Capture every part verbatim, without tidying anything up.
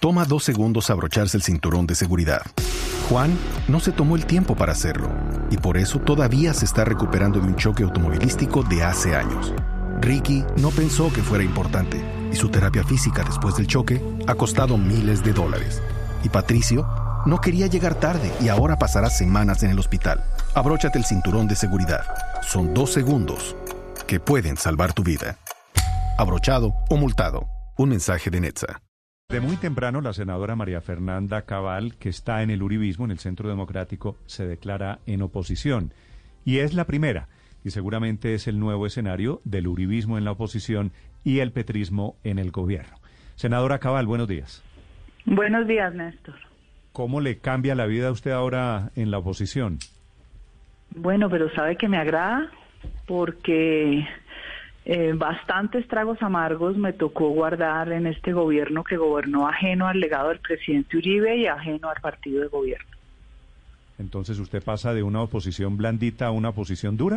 Toma dos segundos abrocharse el cinturón de seguridad. Juan no se tomó el tiempo para hacerlo y por eso todavía se está recuperando de un choque automovilístico de hace años. Ricky no pensó que fuera importante y su terapia física después del choque ha costado miles de dólares. Y Patricio no quería llegar tarde y ahora pasará semanas en el hospital. Abróchate el cinturón de seguridad. Son dos segundos que pueden salvar tu vida. Abrochado o multado. Un mensaje de Netza. De muy temprano, la senadora María Fernanda Cabal, que está en el uribismo, en el Centro Democrático, se declara en oposición. Y es la primera, y seguramente es el nuevo escenario del uribismo en la oposición y el petrismo en el gobierno. Senadora Cabal, buenos días. Buenos días, Néstor. ¿Cómo le cambia la vida a usted ahora en la oposición? Bueno, pero sabe que me agrada porque eh, bastantes tragos amargos me tocó guardar en este gobierno que gobernó ajeno al legado del presidente Uribe y ajeno al partido de gobierno. Entonces, ¿usted pasa de una oposición blandita a una oposición dura?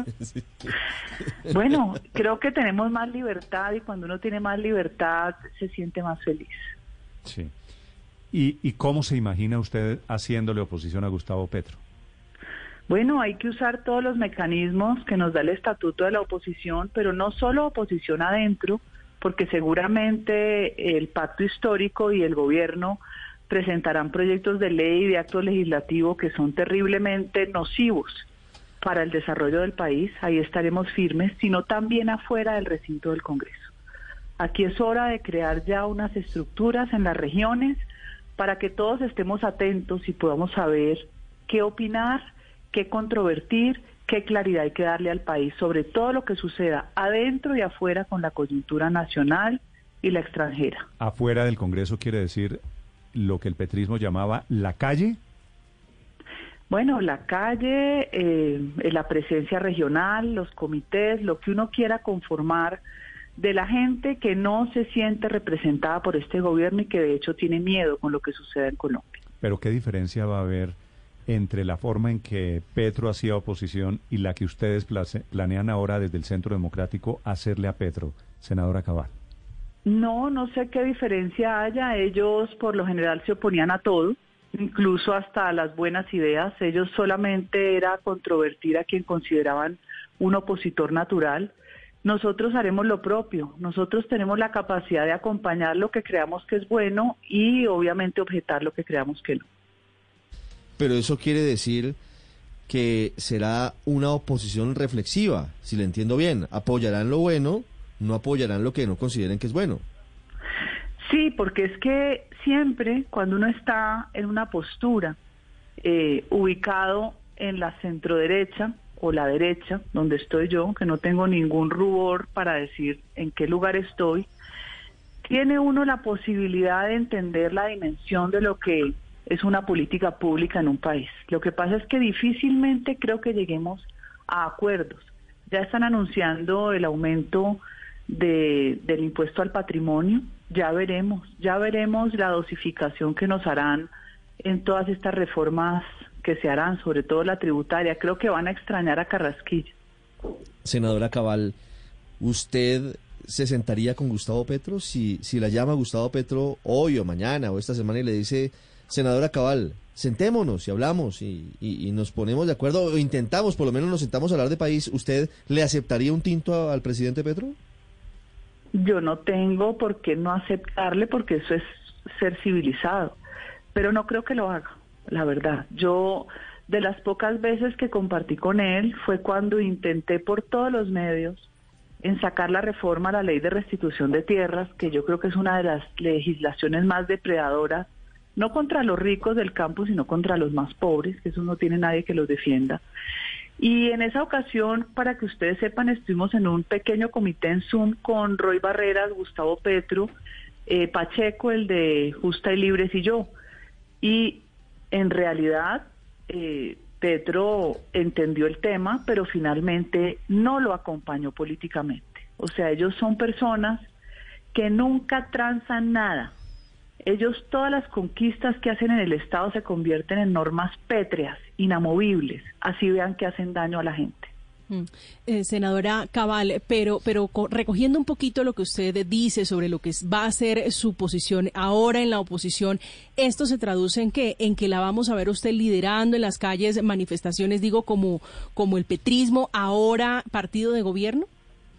Bueno, creo que tenemos más libertad y cuando uno tiene más libertad se siente más feliz. Sí. ¿Y, y cómo se imagina usted haciéndole oposición a Gustavo Petro? Bueno, hay que usar todos los mecanismos que nos da el estatuto de la oposición, pero no solo oposición adentro, porque seguramente el pacto histórico y el gobierno presentarán proyectos de ley y de acto legislativo que son terriblemente nocivos para el desarrollo del país. Ahí estaremos firmes, sino también afuera del recinto del Congreso. Aquí es hora de crear ya unas estructuras en las regiones para que todos estemos atentos y podamos saber qué opinar, qué controvertir, qué claridad hay que darle al país sobre todo lo que suceda adentro y afuera con la coyuntura nacional y la extranjera. ¿Afuera del Congreso quiere decir lo que el petrismo llamaba la calle? Bueno, la calle, eh, la presencia regional, los comités, lo que uno quiera conformar de la gente que no se siente representada por este gobierno y que de hecho tiene miedo con lo que sucede en Colombia. Pero ¿qué diferencia va a haber entre la forma en que Petro hacía oposición y la que ustedes place, planean ahora desde el Centro Democrático hacerle a Petro, senadora Cabal? No, no sé qué diferencia haya. Ellos por lo general se oponían a todo, incluso hasta a las buenas ideas. Ellos solamente era controvertir a quien consideraban un opositor natural. Nosotros haremos lo propio. Nosotros tenemos la capacidad de acompañar lo que creamos que es bueno y obviamente objetar lo que creamos que no. Pero eso quiere decir que será una oposición reflexiva, si le entiendo bien. Apoyarán lo bueno, no apoyarán lo que no consideren que es bueno. Sí, porque es que siempre cuando uno está en una postura eh, ubicado en la centroderecha o la derecha, donde estoy yo, que no tengo ningún rubor para decir en qué lugar estoy, tiene uno la posibilidad de entender la dimensión de lo que es una política pública en un país. Lo que pasa es que difícilmente creo que lleguemos a acuerdos. Ya están anunciando el aumento de, del impuesto al patrimonio, ya veremos, ya veremos la dosificación que nos harán en todas estas reformas que se harán, sobre todo la tributaria. Creo que van a extrañar a Carrasquilla. Senadora Cabal, ¿usted se sentaría con Gustavo Petro? Si, si la llama Gustavo Petro hoy o mañana o esta semana y le dice: senadora Cabal, sentémonos y hablamos y, y, y nos ponemos de acuerdo, o intentamos, por lo menos nos sentamos a hablar de país, ¿usted le aceptaría un tinto a, al presidente Petro? Yo no tengo por qué no aceptarle, porque eso es ser civilizado, pero no creo que lo haga, la verdad. Yo, de las pocas veces que compartí con él, fue cuando intenté por todos los medios en sacar la reforma a la ley de restitución de tierras, que yo creo que es una de las legislaciones más depredadoras, no contra los ricos del campo, sino contra los más pobres, que eso no tiene nadie que los defienda. Y en esa ocasión, para que ustedes sepan, estuvimos en un pequeño comité en Zoom con Roy Barreras, Gustavo Petro, eh, Pacheco, el de Justa y Libres, y yo. Y en realidad, eh, Petro entendió el tema, pero finalmente no lo acompañó políticamente. O sea, ellos son personas que nunca transan nada. Ellos, todas las conquistas que hacen en el Estado se convierten en normas pétreas, inamovibles, así vean que hacen daño a la gente. Mm. Eh, senadora Cabal, pero, pero co- recogiendo un poquito lo que usted dice sobre lo que va a ser su posición ahora en la oposición, ¿esto se traduce en qué? ¿En que la vamos a ver usted liderando en las calles manifestaciones, digo, como, como el petrismo, ahora partido de gobierno?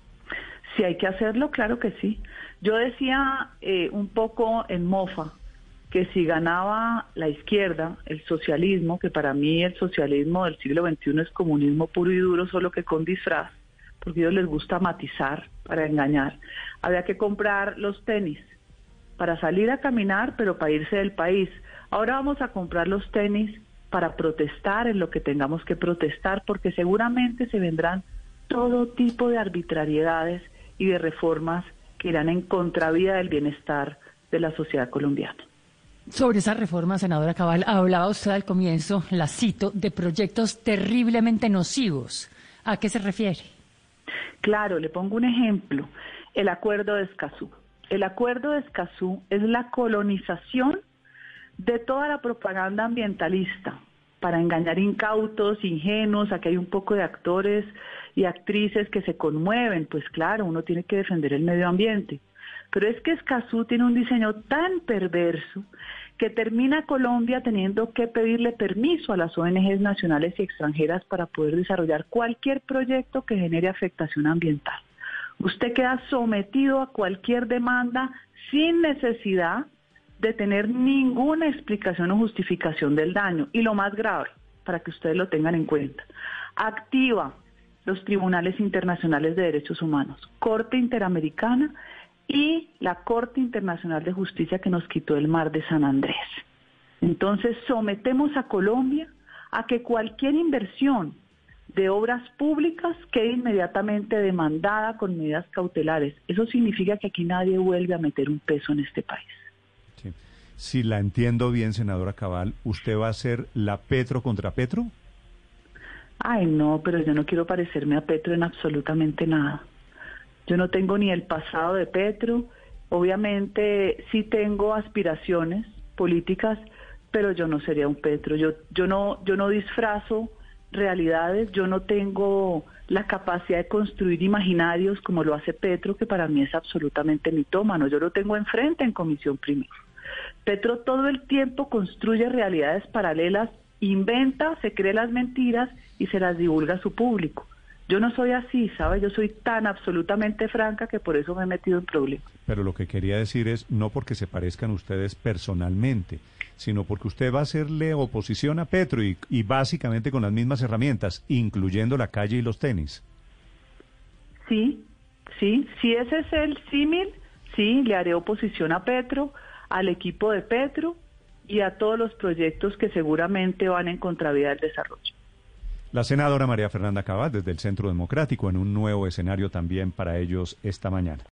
Si hay que hacerlo, claro que sí. Yo decía eh, un poco en mofa que si ganaba la izquierda, el socialismo, que para mí el socialismo del siglo veintiuno es comunismo puro y duro, solo que con disfraz, porque a ellos les gusta matizar para engañar, había que comprar los tenis para salir a caminar, pero para irse del país. Ahora vamos a comprar los tenis para protestar en lo que tengamos que protestar, porque seguramente se vendrán todo tipo de arbitrariedades y de reformas que irán en contravía del bienestar de la sociedad colombiana. Sobre esa reforma, senadora Cabal, hablaba usted al comienzo, la cito, de proyectos terriblemente nocivos. ¿A qué se refiere? Claro, le pongo un ejemplo. El Acuerdo de Escazú. El Acuerdo de Escazú es la colonización de toda la propaganda ambientalista para engañar incautos, ingenuos. Aquí hay un poco de actores y actrices que se conmueven. Pues claro, uno tiene que defender el medio ambiente. Pero es que Escazú tiene un diseño tan perverso que termina Colombia teniendo que pedirle permiso a las O N Ges nacionales y extranjeras para poder desarrollar cualquier proyecto que genere afectación ambiental. Usted queda sometido a cualquier demanda sin necesidad de tener ninguna explicación o justificación del daño. Y lo más grave, para que ustedes lo tengan en cuenta, activa los tribunales internacionales de derechos humanos, Corte Interamericana y la Corte Internacional de Justicia que nos quitó el mar de San Andrés. Entonces sometemos a Colombia a que cualquier inversión de obras públicas quede inmediatamente demandada con medidas cautelares. Eso significa que aquí nadie vuelve a meter un peso en este país. Sí. Si la entiendo bien, senadora Cabal, ¿usted va a ser la Petro contra Petro? Ay, no, pero yo no quiero parecerme a Petro en absolutamente nada. Yo no tengo ni el pasado de Petro, obviamente sí tengo aspiraciones políticas, pero yo no sería un Petro. Yo, yo no, yo no disfrazo realidades, yo no tengo la capacidad de construir imaginarios como lo hace Petro, que para mí es absolutamente mitómano. Yo lo tengo enfrente en Comisión Primera. Petro todo el tiempo construye realidades paralelas, inventa, se cree las mentiras y se las divulga a su público. Yo no soy así, ¿sabe? Yo soy tan absolutamente franca que por eso me he metido en problemas. Pero lo que quería decir es, no porque se parezcan ustedes personalmente, sino porque usted va a hacerle oposición a Petro y, y básicamente con las mismas herramientas, incluyendo la calle y los tenis. Sí, sí, si ese es el símil, sí, le haré oposición a Petro, al equipo de Petro y a todos los proyectos que seguramente van en contravía del desarrollo. La senadora María Fernanda Cabal, desde el Centro Democrático, en un nuevo escenario también para ellos esta mañana.